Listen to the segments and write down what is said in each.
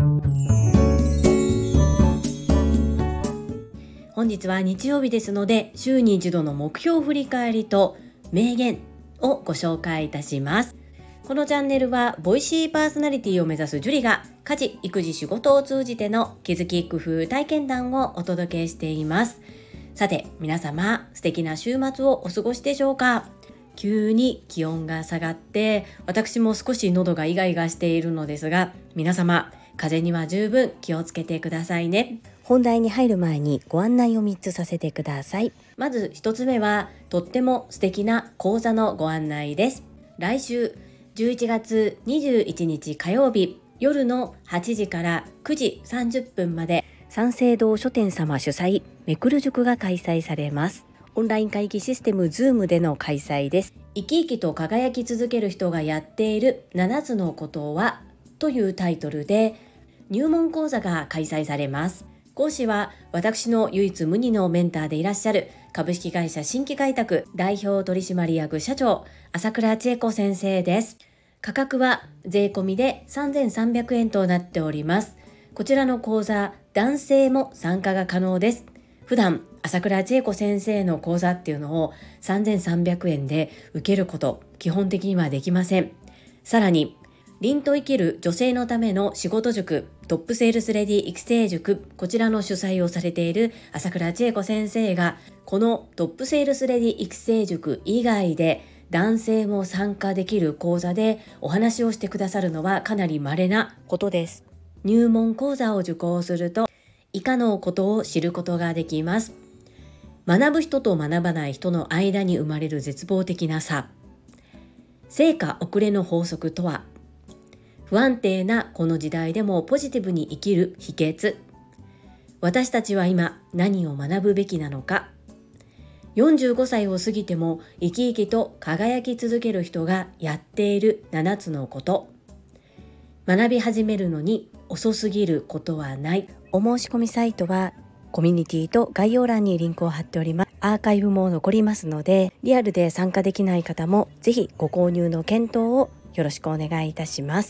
本日は日曜日ですので、週に一度の目標振り返りと名言をご紹介いたします。このチャンネルはボイシーパーソナリティを目指すジュリが家事・育児・仕事を通じての気づき・工夫・体験談をお届けしています。さて皆様、素敵な週末をお過ごしでしょうか。急に気温が下がって私も少し喉がイガイガしているのですが、皆様風邪には十分気をつけてくださいね。本題に入る前にご案内を3つさせてください。まず1つ目はとっても素敵な講座のご案内です。来週11月21日火曜日夜の8時から9時30分まで三省堂書店様主催めくる塾が開催されます。オンライン会議システム Zoom での開催です。生き生きと輝き続ける人がやっている7つのことはというタイトルで入門講座が開催されます。講師は私の唯一無二のメンターでいらっしゃる株式会社新規開拓代表取締役社長朝倉千恵子先生です。価格は税込みで3300円となっております。こちらの講座、男性も参加が可能です。普段朝倉千恵子先生の講座っていうのを3300円で受けること基本的にはできません。さらに凛と生きる女性のための仕事塾トップセールスレディ育成塾、こちらの主催をされている朝倉千恵子先生がこのトップセールスレディ育成塾以外で男性も参加できる講座でお話をしてくださるのはかなり稀なことです。入門講座を受講すると以下のことを知ることができます。学ぶ人と学ばない人の間に生まれる絶望的な差、成果遅れの法則とは、不安定なこの時代でもポジティブに生きる秘訣、私たちは今何を学ぶべきなのか、45歳を過ぎても生き生きと輝き続ける人がやっている7つのこと、学び始めるのに遅すぎることはない。お申し込みサイトはコミュニティと概要欄にリンクを貼っております。アーカイブも残りますので、リアルで参加できない方もぜひご購入の検討をよろしくお願いいたします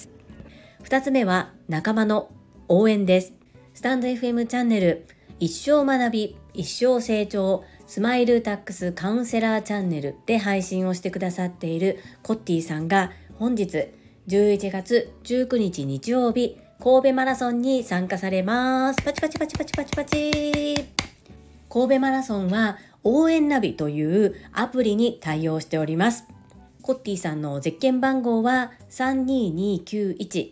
。2つ目は仲間の応援です。スタンド FM チャンネル一生学び一生成長スマイルタックスカウンセラーチャンネルで配信をしてくださっているコッティさんが本日11月19日日曜日神戸マラソンに参加されます。パチパチパチパチパチパチ。神戸マラソンは応援ナビというアプリに対応しております。コッティさんのゼッケン番号は32291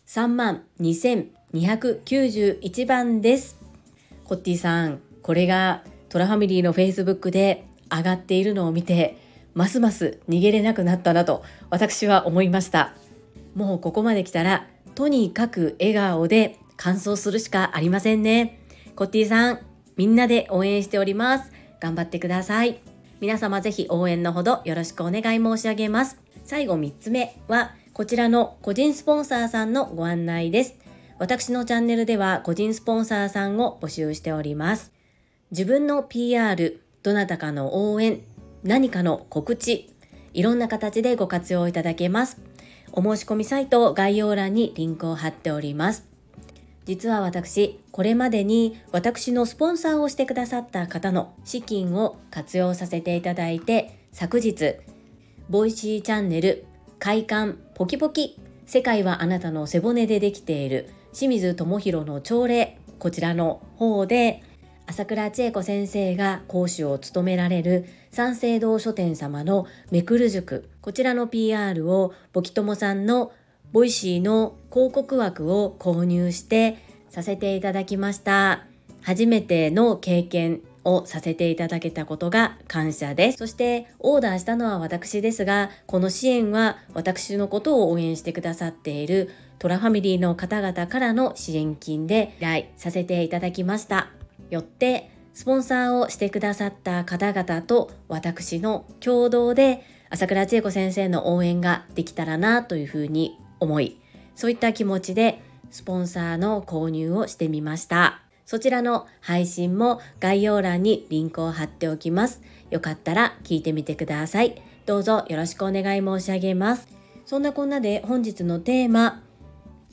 32,291番です。コッティさん、これがトラファミリーの Facebook で上がっているのを見て、ますます逃げれなくなったなと私は思いました。もうここまで来たらとにかく笑顔で完走するしかありませんね。コッティさん、みんなで応援しております。頑張ってください。皆様ぜひ応援のほどよろしくお願い申し上げます。最後3つ目はこちらの個人スポンサーさんのご案内です。私のチャンネルでは個人スポンサーさんを募集しております。自分の PR、どなたかの応援、何かの告知、いろんな形でご活用いただけます。お申し込みサイト概要欄にリンクを貼っております。実は私、これまでに私のスポンサーをしてくださった方の資金を活用させていただいて、昨日、ボイシーチャンネル、快感ポキポキ、世界はあなたの背骨でできている清水智弘の朝礼、こちらの方で、朝倉千恵子先生が講師を務められる三省堂書店様のめくる塾、こちらの PR をボキトモさんのボイシーの広告枠を購入してさせていただきました。初めての経験をさせていただけたことが感謝です。そしてオーダーしたのは私ですが、この支援は私のことを応援してくださっているトラファミリーの方々からの支援金で依頼させていただきました。よってスポンサーをしてくださった方々と私の共同で朝倉千恵子先生の応援ができたらなというふうに思い、そういった気持ちでスポンサーの購入をしてみました。そちらの配信も概要欄にリンクを貼っておきます。よかったら聞いてみてください。どうぞよろしくお願い申し上げます。そんなこんなで本日のテーマ、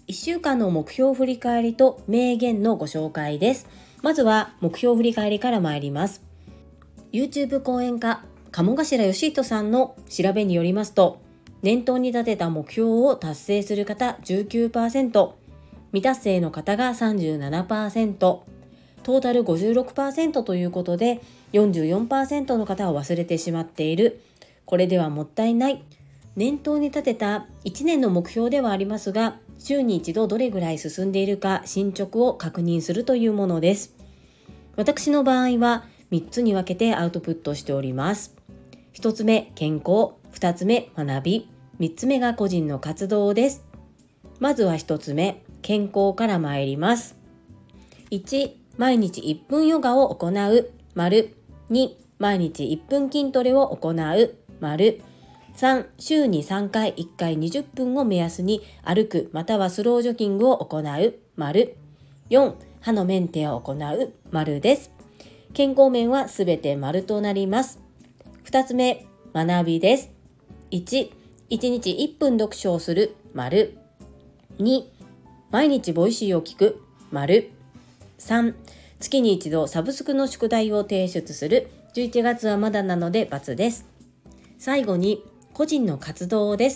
1週間の目標振り返りと名言のご紹介です。まずは目標振り返りから参ります。 YouTube 講演家鴨頭義人さんの調べによりますと、念頭に立てた目標を達成する方 19%、 未達成の方が 37%、 トータル 56% ということで 44% の方は忘れてしまっている。これではもったいない。念頭に立てた1年の目標ではありますが、週に一度どれぐらい進んでいるか進捗を確認するというものです。私の場合は3つに分けてアウトプットしております。1つ目健康、2つ目学び、3つ目が個人の活動です。まずは1つ目健康から参ります。1、毎日1分ヨガを行う、丸。2、毎日1分筋トレを行う、丸。3、週に3回1回20分を目安に歩くまたはスロージョギングを行う、丸。4、歯のメンテを行う、丸です。健康面はすべて丸となります。2つ目、学びです。1、1日1分読書をする、丸。2、毎日ボイシーを聞く、丸。3、月に一度サブスクの宿題を提出する。11月はまだなので×です。最後に個人の活動です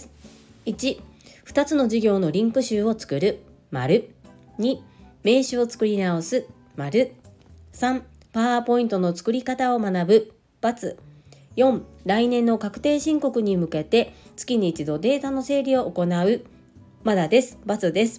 。1、2つの事業のリンク集を作る、丸。2、名刺を作り直す、丸。3、パワーポイントの作り方を学ぶ、×。4、来年の確定申告に向けて月に一度データの整理を行う、まだです、×です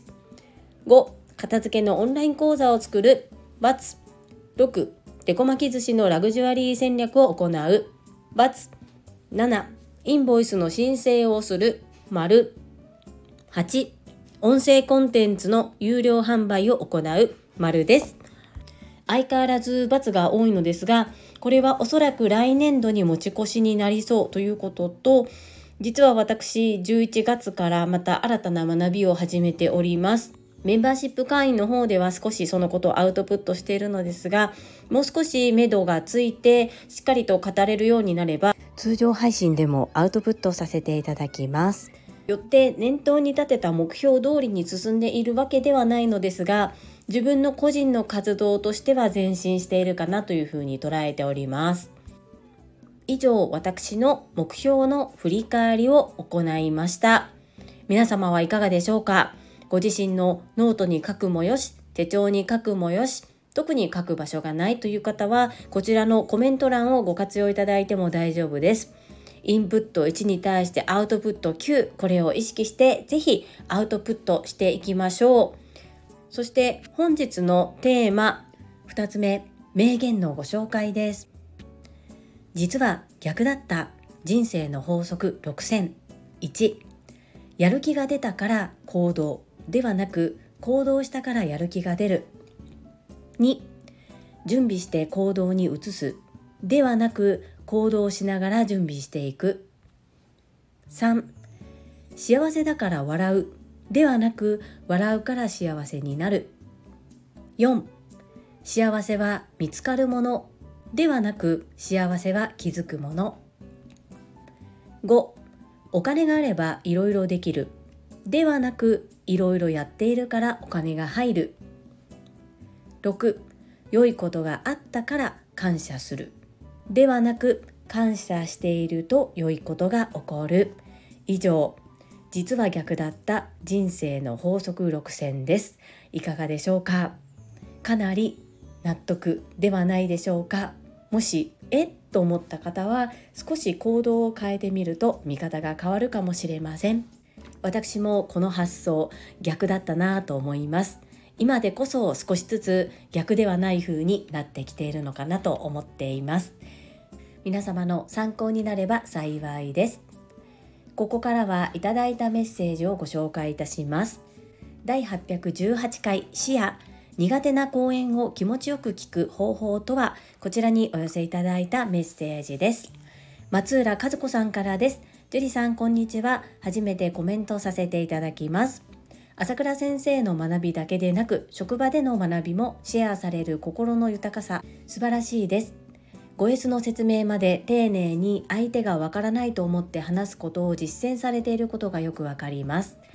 。5、片付けのオンライン講座を作る、×。6、デコ巻き寿司のラグジュアリー戦略を行う、×。7、インボイスの申請をする、丸。8、音声コンテンツの有料販売を行う、丸です。相変わらず×が多いのですが、これはおそらく来年度に持ち越しになりそうということと、実は私11月からまた新たな学びを始めております。メンバーシップ会員の方では少しそのことをアウトプットしているのですが、もう少し目処がついてしっかりと語れるようになれば通常配信でもアウトプットさせていただきます。よって念頭に立てた目標通りに進んでいるわけではないのですが、自分の個人の活動としては前進しているかなというふうに捉えております。以上、私の目標の振り返りを行いました。皆様はいかがでしょうか？ご自身のノートに書くもよし、手帳に書くもよし、特に書く場所がないという方はこちらのコメント欄をご活用いただいても大丈夫です。インプット1に対してアウトプット9、これを意識してぜひアウトプットしていきましょう。そして本日のテーマ2つ目、名言のご紹介です。実は逆だった人生の法則6選。1、やる気が出たから行動ではなく行動したからやる気が出る。2、準備して行動に移すではなく行動しながら準備していく。3、幸せだから笑うではなく笑うから幸せになる。4、幸せは見つかるものではなく幸せは気づくもの。5、お金があればいろいろできるではなくいろいろやっているからお金が入る。6、良いことがあったから感謝するではなく感謝していると良いことが起こる。以上、実は逆だった人生の法則6選です。いかがでしょうか？かなり納得ではないでしょうか？もしと思った方は少し行動を変えてみると見方が変わるかもしれません。私もこの発想逆だったなと思います。今でこそ少しずつ逆ではない風になってきているのかなと思っています。皆様の参考になれば幸いです。ここからはいただいたメッセージをご紹介いたします。第818回視野、苦手な講演を気持ちよく聞く方法とは、こちらにお寄せいただいたメッセージです。松浦和子さんからです。ジュリさん、こんにちは。初めてコメントさせていただきます。朝倉先生の学びだけでなく、職場での学びもシェアされる心の豊かさ、素晴らしいです。5S の説明まで丁寧に相手がわからないと思って話すことを実践されていることがよくわかります。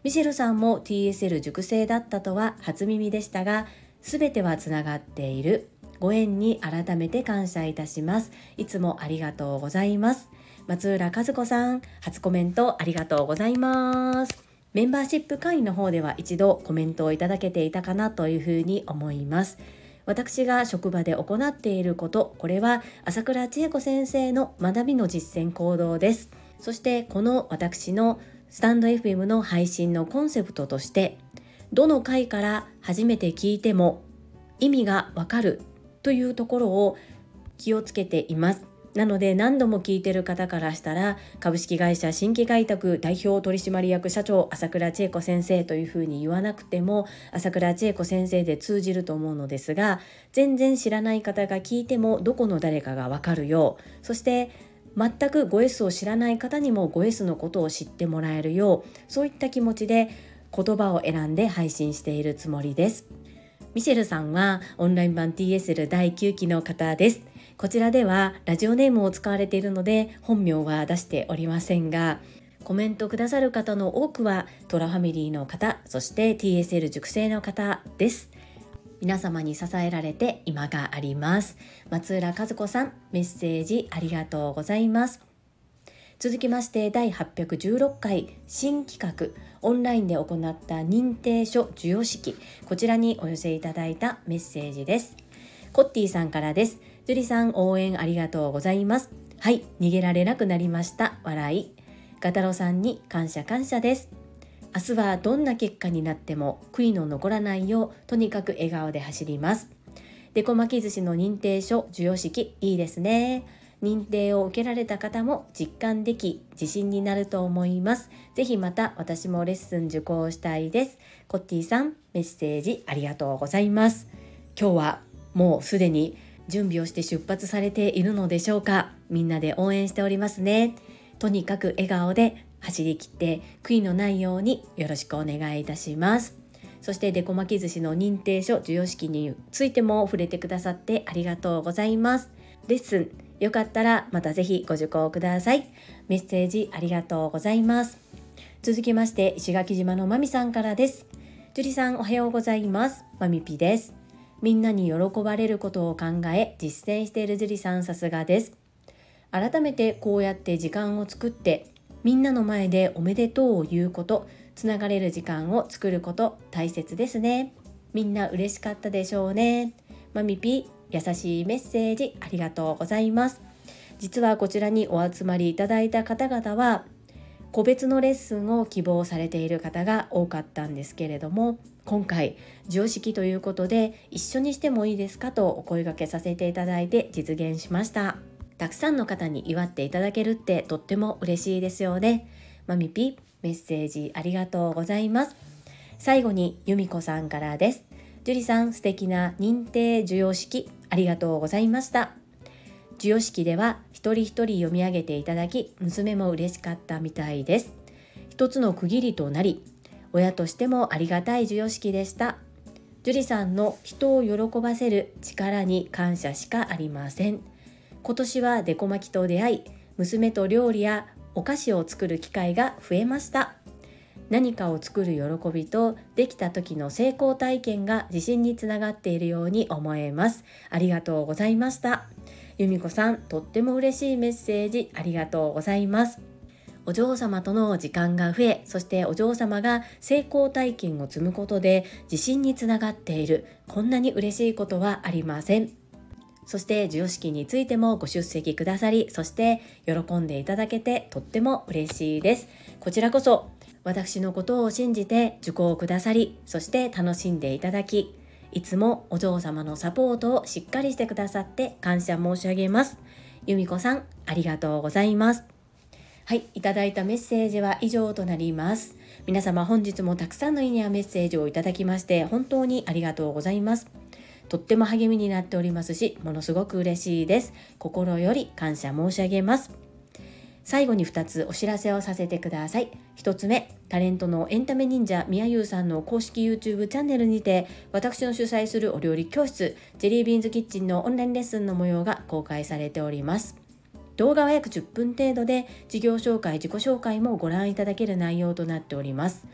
ミシェルさんも TSL 塾生だったとは初耳でしたが、すべてはつながっている。ご縁に改めて感謝いたします。いつもありがとうございます。松浦和子さん、初コメントありがとうございます。メンバーシップ会員の方では一度コメントをいただけていたかなというふうに思います。私が職場で行っていること、これは朝倉千恵子先生の学びの実践行動です。そしてこの私のスタンド FM の配信のコンセプトとして、どの回から初めて聞いても意味がわかるというところを気をつけています。なので何度も聞いている方からしたら、株式会社新規開拓代表取締役社長朝倉千恵子先生というふうに言わなくても朝倉千恵子先生で通じると思うのですが、全然知らない方が聞いてもどこの誰かがわかるよう、そして全くご S を知らない方にもご S のことを知ってもらえるよう、そういった気持ちで言葉を選んで配信しているつもりです。ミシェルさんはオンライン版 TSL 第9期の方です。こちらではラジオネームを使われているので本名は出しておりませんが、コメントくださる方の多くはトラファミリーの方、そして TSL 塾生の方です。皆様に支えられて今があります。松浦和子さん、メッセージありがとうございます。続きまして第816回新企画オンラインで行った認定書授与式、こちらにお寄せいただいたメッセージです。コッティさんからです。ジュリさん、応援ありがとうございます。はい、逃げられなくなりました。笑い。ガタロさんに感謝です。明日はどんな結果になっても悔いの残らないよう、とにかく笑顔で走ります。デコ巻き寿司の認定書授与式、いいですね。認定を受けられた方も実感でき、自信になると思います。ぜひまた私もレッスン受講したいです。コッティさん、メッセージありがとうございます。今日はもうすでに準備をして出発されているのでしょうか。みんなで応援しておりますね。とにかく笑顔で走り切って悔いのないようによろしくお願いいたします。そしてデコ巻き寿司の認定書授与式についても触れてくださってありがとうございます。レッスンよかったらまたぜひご受講ください。メッセージありがとうございます。続きまして石垣島のまみさんからです。ジュリさん、おはようございます。まみぴです。みんなに喜ばれることを考え実践しているジュリさん、さすがです。改めてこうやって時間を作ってみんなの前でおめでとうを言うこと、つながれる時間を作ること大切ですね。みんな嬉しかったでしょうね。まみぴ、優しいメッセージありがとうございます。実はこちらにお集まりいただいた方々は個別のレッスンを希望されている方が多かったんですけれども、今回授与式ということで一緒にしてもいいですかとお声掛けさせていただいて実現しました。たくさんの方に祝っていただけるってとっても嬉しいですよね。まみぴ、メッセージありがとうございます。最後に由美子さんからです。ジュリさん、素敵な認定授与式ありがとうございました。授与式では一人一人読み上げていただき、娘も嬉しかったみたいです。一つの区切りとなり、親としてもありがたい授与式でした。ジュリさんの人を喜ばせる力に感謝しかありません。今年はデコ巻きと出会い、娘と料理やお菓子を作る機会が増えました。何かを作る喜びとできた時の成功体験が自信につながっているように思えます。ありがとうございました。由美子さん、とっても嬉しいメッセージありがとうございます。お嬢様との時間が増え、そしてお嬢様が成功体験を積むことで自信につながっている、こんなに嬉しいことはありません。そして授与式についてもご出席くださり、そして喜んでいただけてとっても嬉しいです。こちらこそ私のことを信じて受講くださり、そして楽しんでいただき、いつもお嬢様のサポートをしっかりしてくださって感謝申し上げます。由美子さん、ありがとうございます。はい、いただいたメッセージは以上となります。皆様、本日もたくさんのいいねやメッセージをいただきまして本当にありがとうございます。とっても励みになっておりますし、ものすごく嬉しいです。心より感謝申し上げます。最後に2つお知らせをさせてください。1つ目、タレントのエンタメ忍者みやゆうさんの公式 YouTube チャンネルにて、私の主催するお料理教室ジェリービーンズキッチンのオンラインレッスンの模様が公開されております。動画は約10分程度で、事業紹介、自己紹介もご覧いただける内容となっております。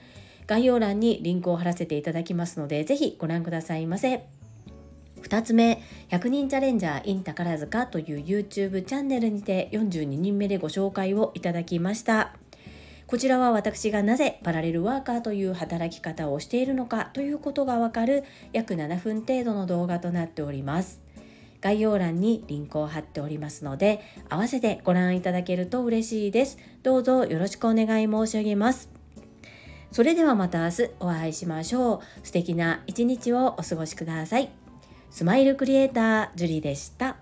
概要欄にリンクを貼らせていただきますので、ぜひご覧くださいませ。2つ目、100人チャレンジャー in 宝塚という YouTube チャンネルにて42人目でご紹介をいただきました。こちらは私がなぜパラレルワーカーという働き方をしているのかということがわかる約7分程度の動画となっております。概要欄にリンクを貼っておりますので、合わせてご覧いただけると嬉しいです。どうぞよろしくお願い申し上げます。それではまた明日お会いしましょう。素敵な一日をお過ごしください。スマイルクリエイタージュリでした。